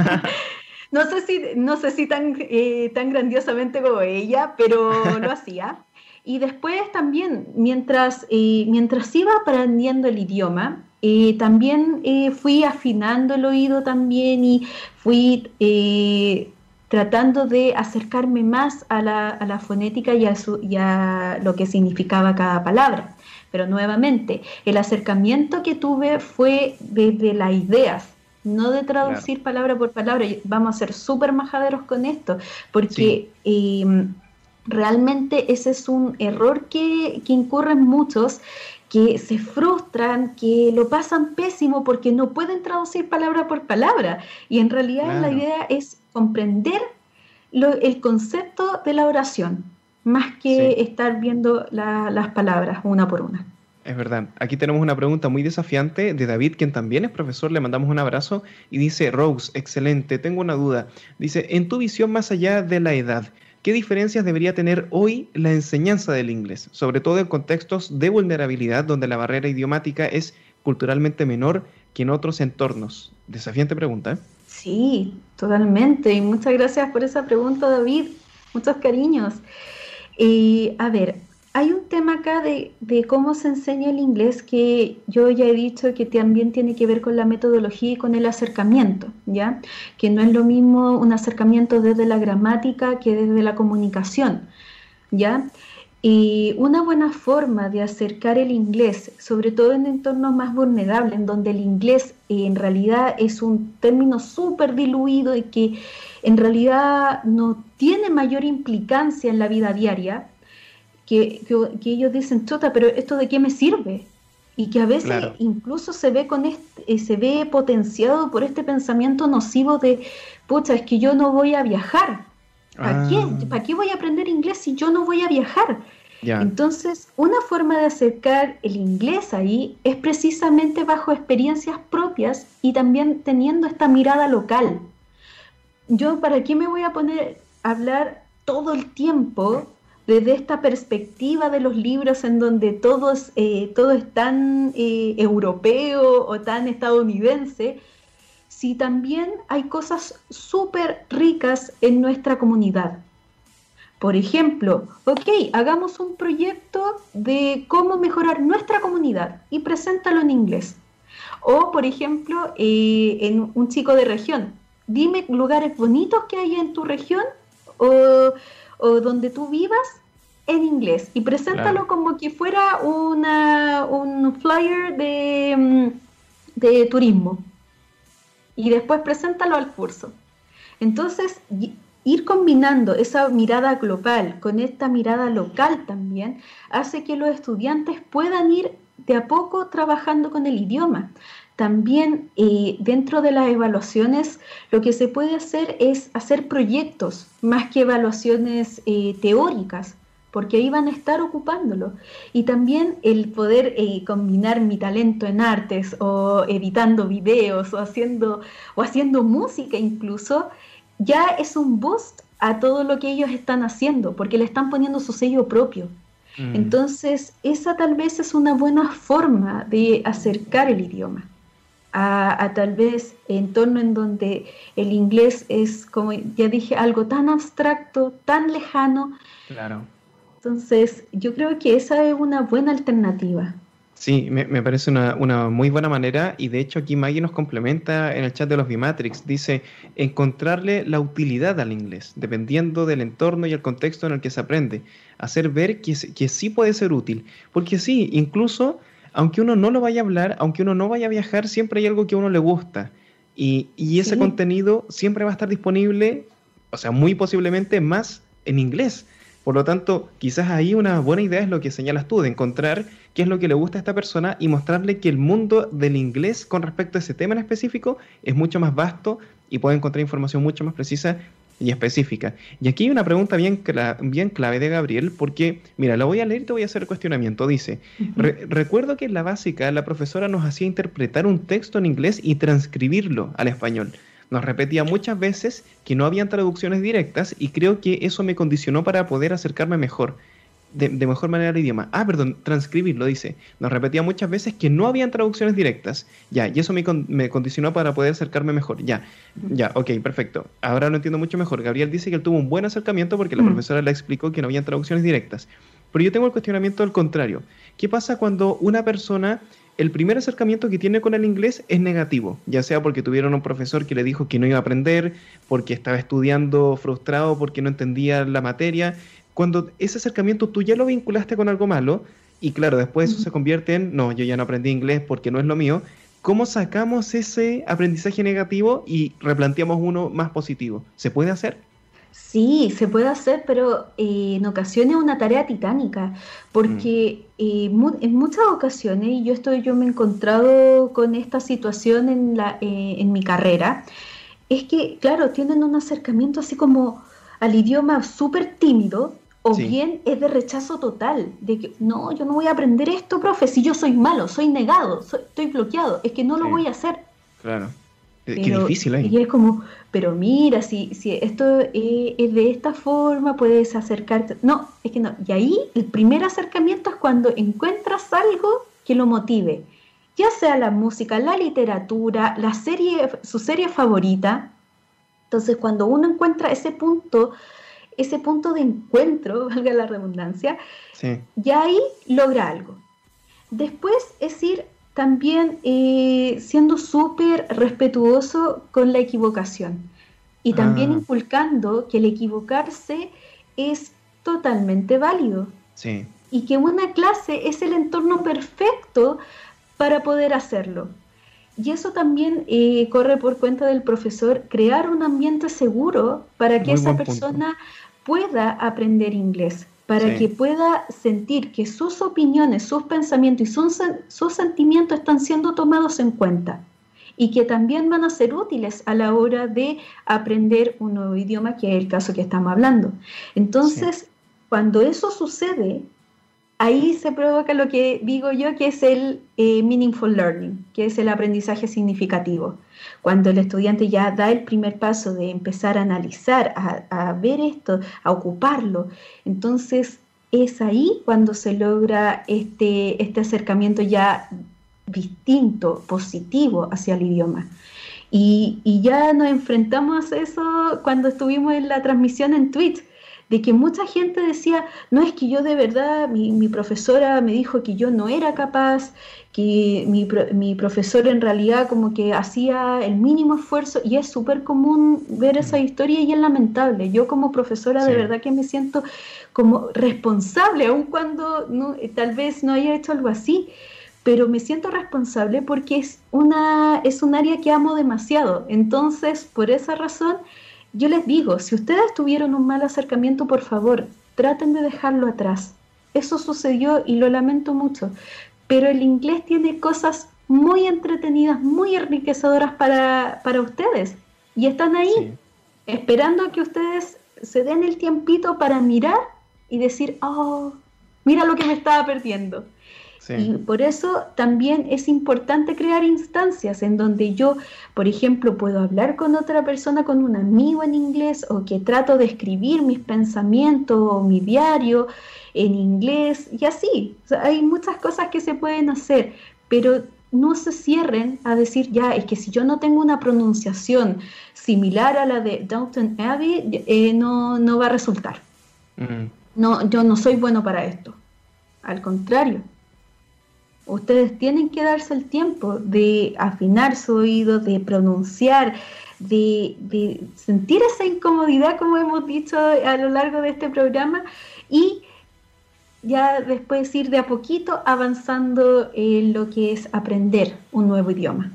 Speaker 2: No sé si, no sé si tan, eh, tan grandiosamente como ella, pero lo hacía. Y después también, mientras, eh, mientras iba aprendiendo el idioma, eh, también eh, fui afinando el oído también y fui eh, tratando de acercarme más a la, a la fonética y a, su, y a lo que significaba cada palabra. Pero nuevamente, el acercamiento que tuve fue desde las ideas, no de
Speaker 1: Claro,
Speaker 2: traducir palabra por palabra. Vamos a ser súper majaderos con esto,
Speaker 1: sí,
Speaker 2: porque eh, realmente ese es un error que, que incurren muchos, que se frustran, que lo pasan pésimo porque no pueden traducir palabra por palabra. Y en realidad la
Speaker 1: claro,
Speaker 2: idea es comprender lo, el concepto de la oración, más
Speaker 1: sí.
Speaker 2: que estar viendo la, las palabras una por una.
Speaker 1: Es verdad. Aquí tenemos una pregunta muy desafiante de David, quien también es profesor. Le mandamos un abrazo y dice: Rose, excelente, tengo una duda. Dice: en tu visión más allá de la edad, ¿qué diferencias debería tener hoy la enseñanza del inglés? Sobre todo en contextos de vulnerabilidad donde la barrera idiomática es culturalmente menor que en otros entornos. Desafiante pregunta, ¿eh?
Speaker 2: Sí, totalmente. Y muchas gracias por esa pregunta, David. Muchos cariños. Eh, a ver, hay un tema acá de, de cómo se enseña el inglés que yo ya he dicho que también tiene que ver con la metodología y con el acercamiento, ¿ya? Que no es lo mismo un acercamiento desde la gramática que desde la comunicación, ¿ya? Y una buena forma de acercar el inglés, sobre todo en entornos más vulnerables, en donde el inglés eh, en realidad es un término súper diluido y que en realidad no tiene mayor implicancia en la vida diaria, que, que, que ellos dicen, chota, pero ¿esto de qué me sirve? Y que a veces
Speaker 1: Claro.
Speaker 2: incluso se ve, con este, eh, se ve potenciado por este pensamiento nocivo de, pucha, es que yo no voy a viajar. ¿Para qué?
Speaker 1: Ah,
Speaker 2: ¿Para qué voy a aprender inglés si yo no voy a viajar?
Speaker 1: ya,
Speaker 2: Entonces, una forma de acercar el inglés ahí es precisamente bajo experiencias propias y también teniendo esta mirada local. Yo, ¿para qué me voy a poner a hablar todo el tiempo desde esta perspectiva de los libros en donde todo es, eh, todo es tan eh, europeo o tan estadounidense, si también hay cosas súper ricas en nuestra comunidad? Por ejemplo, ok, hagamos un proyecto de cómo mejorar nuestra comunidad y preséntalo en inglés. O, por ejemplo, eh, en un chico de región, dime lugares bonitos que hay en tu región o, o donde tú vivas en inglés y
Speaker 1: claro.
Speaker 2: preséntalo como que fuera una, un flyer de, de turismo y después preséntalo al curso. Entonces, ir combinando esa mirada global con esta mirada local también hace que los estudiantes puedan ir de a poco trabajando con el idioma. También eh, dentro de las evaluaciones lo que se puede hacer es hacer proyectos más que evaluaciones eh, teóricas, porque ahí van a estar ocupándolo. Y también el poder eh, combinar mi talento en artes o editando videos o haciendo, o haciendo música incluso, ya es un boost a todo lo que ellos están haciendo, porque le están poniendo su sello propio.
Speaker 1: Mm.
Speaker 2: Entonces, esa tal vez es una buena forma de acercar el idioma a, a tal vez entorno en donde el inglés es, como ya dije, algo tan abstracto, tan lejano.
Speaker 1: Claro.
Speaker 2: Entonces, yo creo que esa es una buena alternativa.
Speaker 1: Sí, me, me parece una, una muy buena manera y de hecho aquí Maggie nos complementa en el chat de los Bimatrix. Dice, encontrarle la utilidad al inglés, dependiendo del entorno y el contexto en el que se aprende. Hacer ver que, que sí puede ser útil. Porque sí, incluso, aunque uno no lo vaya a hablar, aunque uno no vaya a viajar, siempre hay algo que a uno le gusta. Y, y ese
Speaker 2: Sí.
Speaker 1: contenido siempre va a estar disponible, o sea, muy posiblemente más en inglés. Por lo tanto, quizás ahí una buena idea es lo que señalas tú, de encontrar qué es lo que le gusta a esta persona y mostrarle que el mundo del inglés con respecto a ese tema en específico es mucho más vasto y puede encontrar información mucho más precisa y específica. Y aquí hay una pregunta bien, cla- bien clave de Gabriel, porque, mira, la voy a leer y te voy a hacer el cuestionamiento. Dice,
Speaker 2: Ujú.
Speaker 1: "Re- recuerdo que en la básica la profesora nos hacía interpretar un texto en inglés y transcribirlo al español. Nos repetía muchas veces que no habían traducciones directas y creo que eso me condicionó para poder acercarme mejor, de, de mejor manera al idioma. Ah, perdón, transcribirlo, dice. Nos repetía muchas veces que no habían traducciones directas. Ya, y eso me, con- me condicionó para poder acercarme mejor. Ya, ya, ok, perfecto. Ahora lo entiendo mucho mejor. Gabriel dice que él tuvo un buen acercamiento porque la
Speaker 2: Mm.
Speaker 1: profesora le explicó que no habían traducciones directas. Pero yo tengo el cuestionamiento al contrario. ¿Qué pasa cuando una persona, el primer acercamiento que tiene con el inglés es negativo? Ya sea porque tuvieron un profesor que le dijo que no iba a aprender, porque estaba estudiando frustrado, porque no entendía la materia. Cuando ese acercamiento tú ya lo vinculaste con algo malo, y claro, después eso
Speaker 2: Ujú.
Speaker 1: se convierte en, no, yo ya no aprendí inglés porque no es lo mío. ¿Cómo sacamos ese aprendizaje negativo y replanteamos uno más positivo? ¿Se puede hacer?
Speaker 2: Sí, se puede hacer, pero eh, en ocasiones es una tarea titánica,
Speaker 1: Mm,
Speaker 2: porque eh, mu- en muchas ocasiones, y yo estoy, yo me he encontrado con esta situación en la, eh, en mi carrera, es que, claro, tienen un acercamiento así como al idioma súper tímido, o
Speaker 1: sí,
Speaker 2: bien es de rechazo total, de que no, yo no voy a aprender esto, profe, si yo soy malo, soy negado, soy- estoy bloqueado, es que no lo
Speaker 1: sí,
Speaker 2: voy a hacer.
Speaker 1: claro. Eh, Qué
Speaker 2: Pero,
Speaker 1: difícil ahí.
Speaker 2: y es como, pero mira, si, si esto eh, es de esta forma, puedes acercarte. No, es que no. Y ahí el primer acercamiento es cuando encuentras algo que lo motive, ya sea la música, la literatura, la serie, su serie favorita. Entonces, cuando uno encuentra ese punto, ese punto de encuentro, valga la redundancia,
Speaker 1: Sí.
Speaker 2: ya ahí logra algo. Después es ir también eh, siendo súper respetuoso con la equivocación y también
Speaker 1: Ah,
Speaker 2: inculcando que el equivocarse es totalmente válido
Speaker 1: sí,
Speaker 2: y que una clase es el entorno perfecto para poder hacerlo. Y eso también eh, corre por cuenta del profesor, crear un ambiente seguro para que
Speaker 1: muy
Speaker 2: esa
Speaker 1: buen punto.
Speaker 2: persona pueda aprender inglés, para que
Speaker 1: Sí,
Speaker 2: pueda sentir que sus opiniones, sus pensamientos y sus, sus sentimientos están siendo tomados en cuenta y que también van a ser útiles a la hora de aprender un nuevo idioma, que es el caso que estamos hablando.
Speaker 1: sí.
Speaker 2: Entonces, cuando eso sucede, ahí se provoca lo que digo yo, que es el eh, meaningful learning, que es el aprendizaje significativo. Cuando el estudiante ya da el primer paso de empezar a analizar, a, a ver esto, a ocuparlo, entonces es ahí cuando se logra este, este acercamiento ya distinto, positivo hacia el idioma. Y, y ya nos enfrentamos a eso cuando estuvimos en la transmisión en Twitch, de que mucha gente decía, no es que yo de verdad, mi, mi profesora me dijo que yo no era capaz, que mi, mi profesor en realidad como que hacía el mínimo esfuerzo, y es súper común ver esa
Speaker 1: Mm,
Speaker 2: historia y es lamentable. Yo como profesora de
Speaker 1: sí,
Speaker 2: verdad que me siento como responsable, aun cuando no, tal vez no haya hecho algo así, pero me siento responsable porque es, una, es un área que amo demasiado. Entonces, por esa razón, yo les digo, si ustedes tuvieron un mal acercamiento, por favor, traten de dejarlo atrás. Eso sucedió y lo lamento mucho, pero el inglés tiene cosas muy entretenidas, muy enriquecedoras para, para ustedes y están ahí,
Speaker 1: sí,
Speaker 2: esperando a que ustedes se den el tiempito para mirar y decir, oh, mira lo que me estaba perdiendo.
Speaker 1: sí.
Speaker 2: Y por eso también es importante crear instancias en donde yo, por ejemplo, puedo hablar con otra persona, con un amigo en inglés, o que trato de escribir mis pensamientos o mi diario en inglés, y así. O sea, hay muchas cosas que se pueden hacer, pero no se cierren a decir, ya, es que si yo no tengo una pronunciación similar a la de Downton Abbey, eh, no, no va a resultar.
Speaker 1: Mm,
Speaker 2: No, yo no soy bueno para esto. Al contrario. Ustedes tienen que darse el tiempo de afinar su oído, de pronunciar, de, de sentir esa incomodidad, como hemos dicho a lo largo de este programa, y ya después ir de a poquito avanzando en lo que es aprender un nuevo idioma.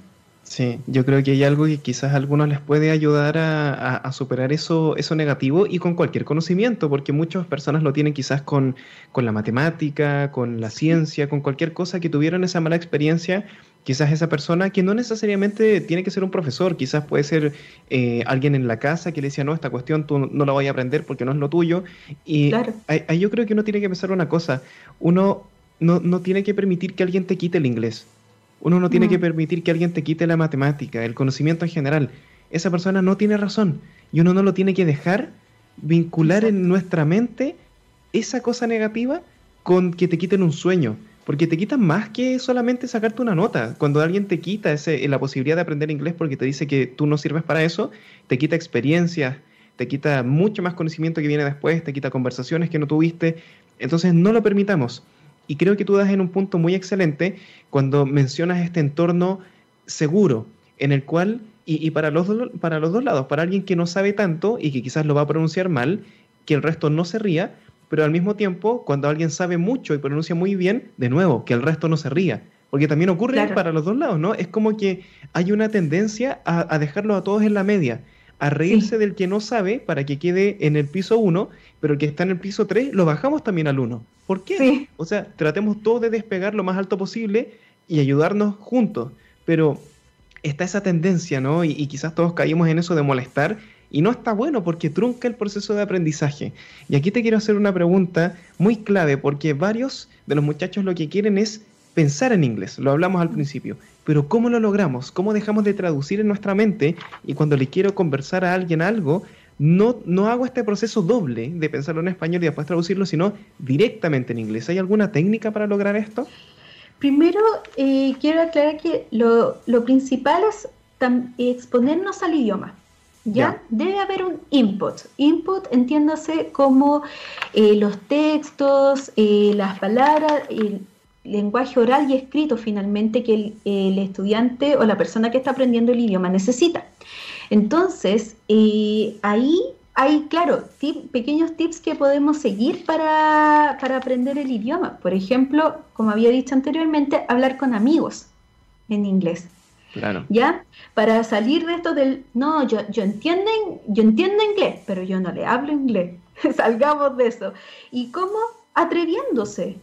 Speaker 1: Sí, yo creo que hay algo que quizás a algunos les puede ayudar a, a- a superar eso, eso negativo y con cualquier conocimiento, porque muchas personas lo tienen quizás con, con la matemática, con la ciencia, con cualquier cosa que tuvieron esa mala experiencia. Quizás esa persona que no necesariamente tiene que ser un profesor, quizás puede ser eh, alguien en la casa que le decía, no, esta cuestión tú no la vas a aprender porque no es lo tuyo. Y
Speaker 2: Claro,
Speaker 1: ahí ahí yo creo que uno tiene que pensar una cosa, uno no, no tiene que permitir que alguien te quite el inglés. Uno no tiene que
Speaker 2: mm,
Speaker 1: permitir que alguien te quite la matemática, el conocimiento en general. Esa persona no tiene razón y uno no lo tiene que dejar vincular en
Speaker 2: exacto.
Speaker 1: nuestra mente esa cosa negativa con que te quiten un sueño, porque te quitan más que solamente sacarte una nota. Cuando alguien te quita ese, la posibilidad de aprender inglés porque te dice que tú no sirves para eso, te quita experiencias, te quita mucho más conocimiento que viene después, te quita conversaciones que no tuviste. Entonces no lo permitamos. Y creo que tú das en un punto muy excelente cuando mencionas este entorno seguro, en el cual, y, y para los, do- para los dos lados, para alguien que no sabe tanto y que quizás lo va a pronunciar mal, que el resto no se ría, pero al mismo tiempo, cuando alguien sabe mucho y pronuncia muy bien, de nuevo, que el resto no se ría. Porque también ocurre
Speaker 2: Claro,
Speaker 1: para los dos lados, ¿no? Es como que hay una tendencia a, a dejarlo a todos en la media, a reírse
Speaker 2: sí,
Speaker 1: del que no sabe para que quede en el piso uno, pero el que está en el piso tres lo bajamos también al uno. ¿Por qué?
Speaker 2: sí.
Speaker 1: O sea, tratemos todos de despegar lo más alto posible y ayudarnos juntos. Pero está esa tendencia, ¿no? Y, y quizás todos caímos en eso de molestar. Y no está bueno porque trunca el proceso de aprendizaje. Y aquí te quiero hacer una pregunta muy clave porque varios de los muchachos lo que quieren es pensar en inglés. Lo hablamos al principio. Pero ¿cómo lo logramos? ¿Cómo dejamos de traducir en nuestra mente? Y cuando le quiero conversar a alguien algo, no, no hago este proceso doble de pensarlo en español y después traducirlo, sino directamente en inglés. ¿Hay alguna técnica para lograr esto?
Speaker 2: Primero, eh, quiero aclarar que lo, lo principal es tam- exponernos al idioma.
Speaker 1: Ya,
Speaker 2: ¿Ya? Debe haber un input. Input, entiéndase como eh, los textos, eh, las palabras, el lenguaje oral y escrito finalmente que el, el estudiante o la persona que está aprendiendo el idioma necesita. Entonces, eh, ahí hay, claro, tip- pequeños tips que podemos seguir para, para aprender el idioma. Por ejemplo, como había dicho anteriormente, hablar con amigos en inglés.
Speaker 1: claro.
Speaker 2: ¿Ya? Para salir de esto del, no, yo, yo, entiendo, yo entiendo inglés, pero yo no le hablo inglés. Salgamos de eso. ¿Y cómo? Atreviéndose.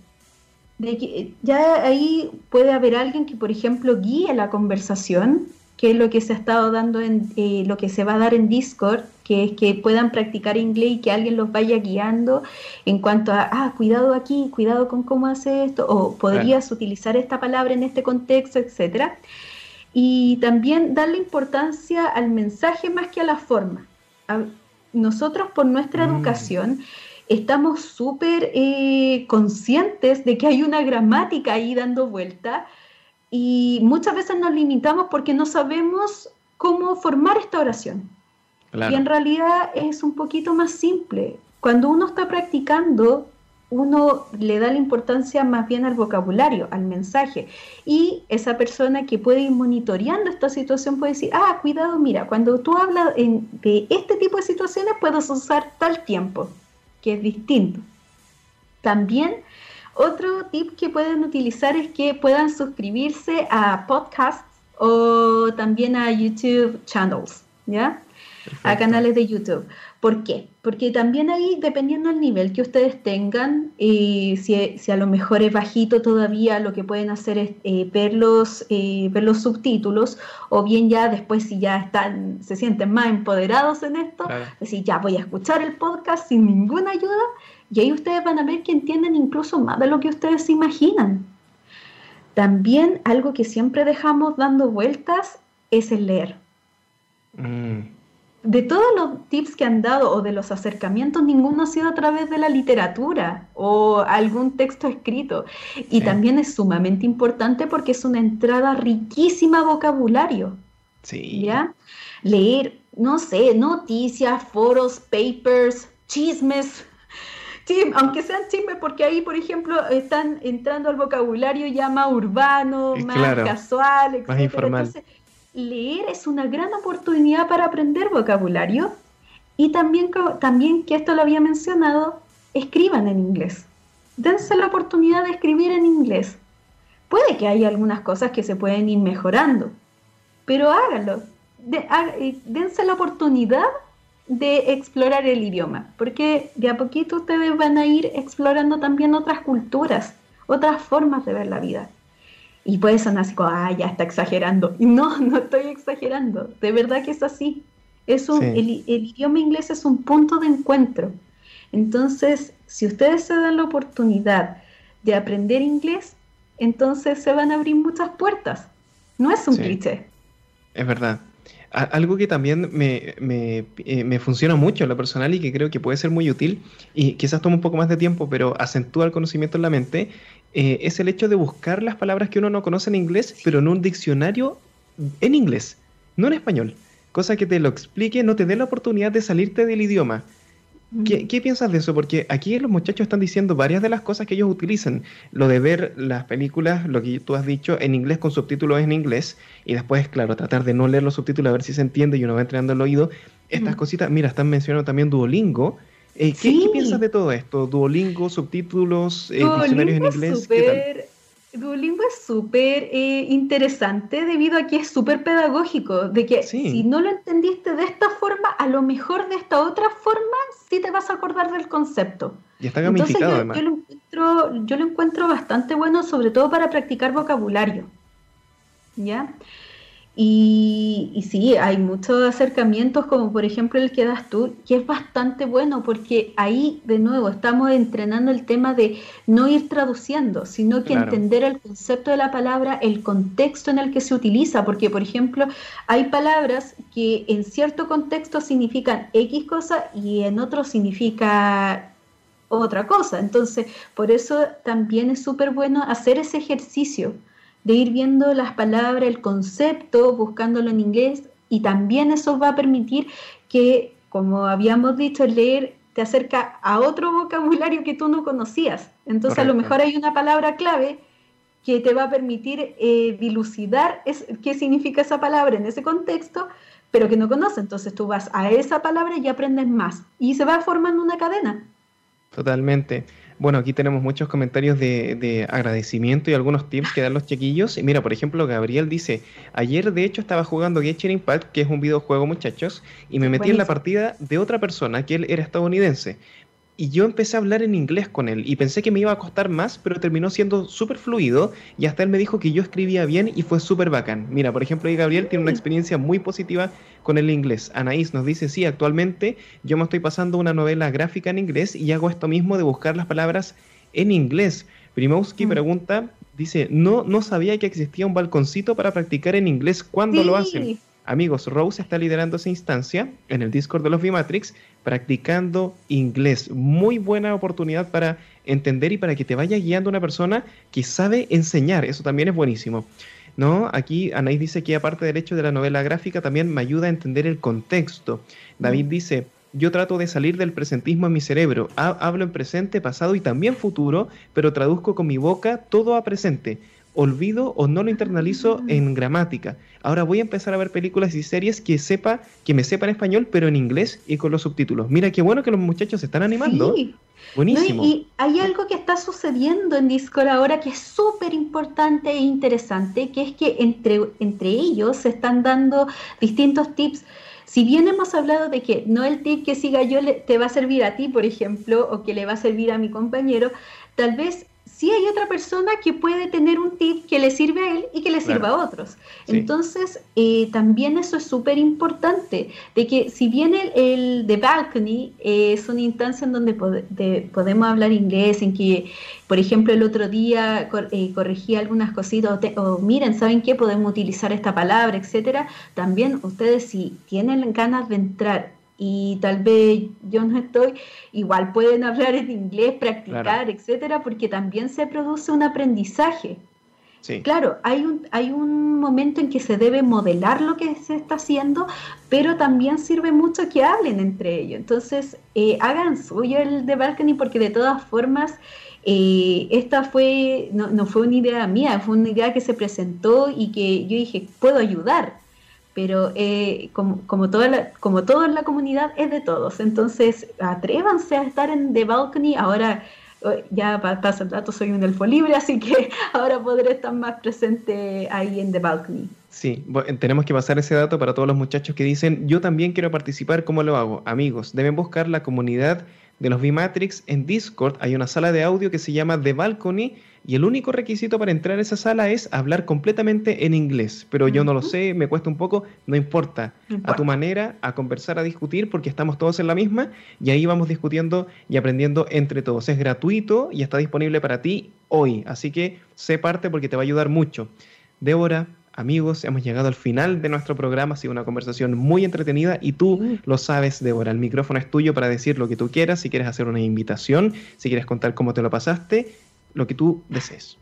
Speaker 2: De que ya ahí puede haber alguien que, por ejemplo, guíe la conversación, que es lo que se ha estado dando en, eh, lo que se va a dar en Discord, que es que puedan practicar inglés y que alguien los vaya guiando en cuanto a, ah, cuidado aquí, cuidado con cómo hace esto, o
Speaker 1: Claro.
Speaker 2: podrías utilizar esta palabra en este contexto, etcétera. Y también darle importancia al mensaje más que a la forma. A- nosotros por nuestra
Speaker 1: Mm,
Speaker 2: educación estamos súper eh, conscientes de que hay una gramática ahí dando vuelta y muchas veces nos limitamos porque no sabemos cómo formar esta oración. Y
Speaker 1: claro.
Speaker 2: en realidad es un poquito más simple. Cuando uno está practicando, uno le da la importancia más bien al vocabulario, al mensaje. Y esa persona que puede ir monitoreando esta situación puede decir, ah, cuidado, mira, cuando tú hablas en, de este tipo de situaciones puedes usar tal tiempo, que es distinto. También otro tip que pueden utilizar es que puedan suscribirse a podcasts o también a YouTube channels, ¿ya? A
Speaker 1: Perfecto.
Speaker 2: canales de YouTube. ¿Por qué? Porque también ahí, dependiendo del nivel que ustedes tengan, eh, si, si a lo mejor es bajito todavía, lo que pueden hacer es eh, ver, los, eh, ver los subtítulos, o bien ya después si ya están, se sienten más empoderados en esto,
Speaker 1: Claro.
Speaker 2: decir, ya voy a escuchar el podcast sin ninguna ayuda, y ahí ustedes van a ver que entienden incluso más de lo que ustedes se imaginan. También algo que siempre dejamos dando vueltas es el leer.
Speaker 1: Mm,
Speaker 2: De todos los tips que han dado o de los acercamientos, ninguno ha sido a través de la literatura o algún texto escrito. Y
Speaker 1: sí,
Speaker 2: también es sumamente importante porque es una entrada riquísima a vocabulario,
Speaker 1: sí.
Speaker 2: ¿ya? Leer, no sé, noticias, foros, papers, chismes, chisme, aunque sean chismes, porque ahí, por ejemplo, están entrando al vocabulario ya más urbano,
Speaker 1: Eh,
Speaker 2: más
Speaker 1: Claro,
Speaker 2: casual,
Speaker 1: más
Speaker 2: etcétera.
Speaker 1: informal.
Speaker 2: Entonces, leer es una gran oportunidad para aprender vocabulario y también, también que esto lo había mencionado, escriban en inglés. Dense la oportunidad de escribir en inglés. Puede que haya algunas cosas que se pueden ir mejorando, pero háganlo. De, ha, dense la oportunidad de explorar el idioma, porque de a poquito ustedes van a ir explorando también otras culturas, otras formas de ver la vida. Y puede sonar así como, ah, ya está exagerando. Y no, no estoy exagerando. De verdad que es así. Es un, sí. el, el idioma inglés es un punto de encuentro. Entonces, si ustedes se dan la oportunidad de aprender inglés, entonces se van a abrir muchas puertas. No es un sí. cliché.
Speaker 1: Es verdad. A- algo que también me, me, eh, me funciona mucho en lo personal y que creo que puede ser muy útil, y quizás toma un poco más de tiempo, pero acentúa el conocimiento en la mente, eh, es el hecho de buscar las palabras que uno no conoce en inglés, pero en un diccionario en inglés, no en español. Cosa que te lo explique, no te dé la oportunidad de salirte del idioma. ¿Qué, ¿Qué piensas de eso? Porque aquí los muchachos están diciendo varias de las cosas que ellos utilizan. Lo de ver las películas, lo que tú has dicho, en inglés con subtítulos en inglés. Y después, claro, tratar de no leer los subtítulos a ver si se entiende y uno va entrenando el oído. Estas mm. cositas, mira, están mencionando también Duolingo. Eh, ¿qué, sí. ¿Qué piensas de todo esto? Duolingo, subtítulos, eh,
Speaker 2: Duolingo
Speaker 1: diccionarios en inglés.
Speaker 2: Super...
Speaker 1: ¿Qué tal?
Speaker 2: Duolingo es súper eh, interesante debido a que es súper pedagógico, de que sí. si no lo entendiste de esta forma, a lo mejor de esta otra forma sí te vas a acordar del concepto.
Speaker 1: Y está gamificado.
Speaker 2: Entonces yo, yo, lo encuentro, yo lo encuentro bastante bueno, sobre todo para practicar vocabulario, ¿ya? Y, y sí, hay muchos acercamientos, como por ejemplo el que das tú, que es bastante bueno, porque ahí de nuevo estamos entrenando el tema de no ir traduciendo, sino que claro. entender el concepto de la palabra, el contexto en el que se utiliza, porque por ejemplo hay palabras que en cierto contexto significan X cosa y en otro significa otra cosa. Entonces, por eso también es súper bueno hacer ese ejercicio de ir viendo las palabras, el concepto, buscándolo en inglés, y también eso va a permitir que, como habíamos dicho, el leer te acerca a otro vocabulario que tú no conocías. Entonces Correcto. A lo mejor hay una palabra clave que te va a permitir eh, dilucidar es, qué significa esa palabra en ese contexto, pero que no conoces. Entonces tú vas a esa palabra y aprendes más. Y se va formando una cadena.
Speaker 1: Totalmente. Bueno, aquí tenemos muchos comentarios de, de agradecimiento y algunos tips que dan los chiquillos. Y mira, por ejemplo, Gabriel dice, ayer de hecho estaba jugando Genshin Impact, que es un videojuego, muchachos, y me metí Buenísimo. en la partida de otra persona, que él era estadounidense. Y yo empecé a hablar en inglés con él y pensé que me iba a costar más, pero terminó siendo súper fluido y hasta él me dijo que yo escribía bien y fue súper bacán. Mira, por ejemplo, ahí Gabriel tiene una experiencia muy positiva con el inglés. Anaís nos dice, sí, actualmente yo me estoy pasando una novela gráfica en inglés y hago esto mismo de buscar las palabras en inglés. Primowski mm. pregunta, dice, no, no sabía que existía un balconcito para practicar en inglés. ¿Cuándo sí. lo hacen? Amigos, Rose está liderando esa instancia en el Discord de los V-Matrix, practicando inglés. Muy buena oportunidad para entender y para que te vaya guiando una persona que sabe enseñar. Eso también es buenísimo, ¿no? Aquí Anaís dice que aparte del hecho de la novela gráfica, también me ayuda a entender el contexto. David mm. dice, yo trato de salir del presentismo en mi cerebro. Ha- hablo en presente, pasado y también futuro, pero traduzco con mi boca todo a presente. Olvido o no lo internalizo en gramática. Ahora voy a empezar a ver películas y series que sepa, que me sepan español, pero en inglés y con los subtítulos. Mira qué bueno que los muchachos se están animando.
Speaker 2: Sí.
Speaker 1: Buenísimo.
Speaker 2: No, y, y hay algo que está sucediendo en Discord ahora que es súper importante e interesante, que es que entre, entre ellos se están dando distintos tips. Si bien hemos hablado de que no el tip que siga yo le, te va a servir a ti, por ejemplo, o que le va a servir a mi compañero, tal vez sí hay otra persona que puede tener un tip que le sirve a él y que le sirva claro. a otros. Sí. Entonces, eh, también eso es súper importante, de que si bien el, el The Balcony eh, es una instancia en donde pod- de, podemos hablar inglés, en que, por ejemplo, el otro día cor- eh, corregí algunas cositas, o, te, o miren, ¿saben qué? Podemos utilizar esta palabra, etcétera. También ustedes, si tienen ganas de entrar y tal vez yo no estoy, igual pueden hablar en inglés, practicar, claro. etcétera, porque también se produce un aprendizaje. Sí. Claro, hay un, hay un momento en que se debe modelar lo que se está haciendo, pero también sirve mucho que hablen entre ellos. Entonces, eh, hagan suyo el The Balcony, porque de todas formas, eh, esta fue no, no fue una idea mía, fue una idea que se presentó y que yo dije, puedo ayudar. Pero eh, como, como, toda la, como todo en la comunidad es de todos, entonces atrévanse a estar en The Balcony. Ahora ya paso el dato, soy un elfo libre, así que ahora podré estar más presente ahí en The Balcony.
Speaker 1: Sí, tenemos que pasar ese dato para todos los muchachos que dicen, yo también quiero participar, ¿cómo lo hago? Amigos, deben buscar la comunidad de los V-Matrix en Discord. Hay una sala de audio que se llama The Balcony y el único requisito para entrar a esa sala es hablar completamente en inglés. Pero yo no lo sé, me cuesta un poco, no importa. No importa. A tu manera, a conversar, a discutir, porque estamos todos en la misma y ahí vamos discutiendo y aprendiendo entre todos. Es gratuito y está disponible para ti hoy, así que sé parte porque te va a ayudar mucho. Débora, amigos, hemos llegado al final de nuestro programa. Ha sido una conversación muy entretenida y tú sí. lo sabes, Débora. El micrófono es tuyo para decir lo que tú quieras, si quieres hacer una invitación, si quieres contar cómo te lo pasaste, lo que tú desees.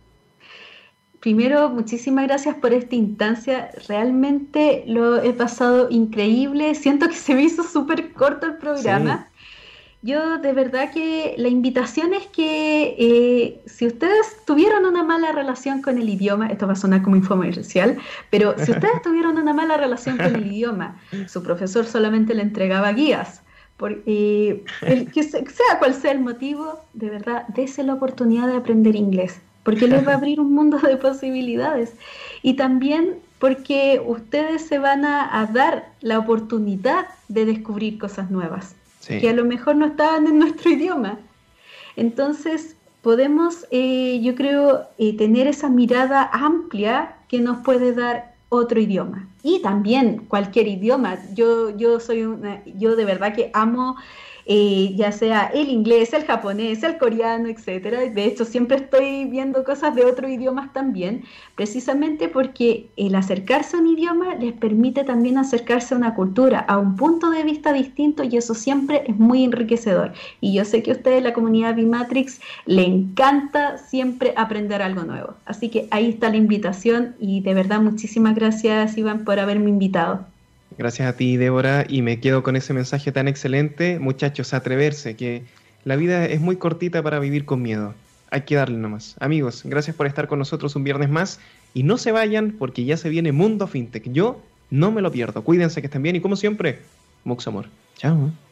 Speaker 2: Primero, muchísimas gracias por esta instancia. Realmente lo he pasado increíble. Siento que se me hizo súper corto el programa. Sí. Yo de verdad que la invitación es que eh, si ustedes tuvieron una mala relación con el idioma, esto va a sonar como infomercial, pero si ustedes tuvieron una mala relación con el idioma, su profesor solamente le entregaba guías, por, eh, el, que sea cual sea el motivo, de verdad, dése la oportunidad de aprender inglés, porque les va a abrir un mundo de posibilidades. Y también porque ustedes se van a, a dar la oportunidad de descubrir cosas nuevas. Sí. Que a lo mejor no estaban en nuestro idioma. Entonces podemos, eh, yo creo, eh, tener esa mirada amplia que nos puede dar otro idioma. Y también cualquier idioma. Yo, yo, soy una, yo de verdad que amo eh, ya sea el inglés, el japonés, el coreano, etcétera. De hecho, siempre estoy viendo cosas de otros idiomas también, precisamente porque el acercarse a un idioma les permite también acercarse a una cultura, a un punto de vista distinto, y eso siempre es muy enriquecedor. Y yo sé que a ustedes, la comunidad V-Matrix, le encanta siempre aprender algo nuevo. Así que ahí está la invitación y de verdad muchísimas gracias, Iván, por haberme invitado.
Speaker 1: Gracias a ti, Débora, y me quedo con ese mensaje tan excelente. Muchachos, atreverse, que la vida es muy cortita para vivir con miedo. Hay que darle nomás. Amigos, gracias por estar con nosotros un viernes más, y no se vayan porque ya se viene Mundo Fintech. Yo no me lo pierdo. Cuídense, que estén bien, y como siempre, mucho amor. Chao.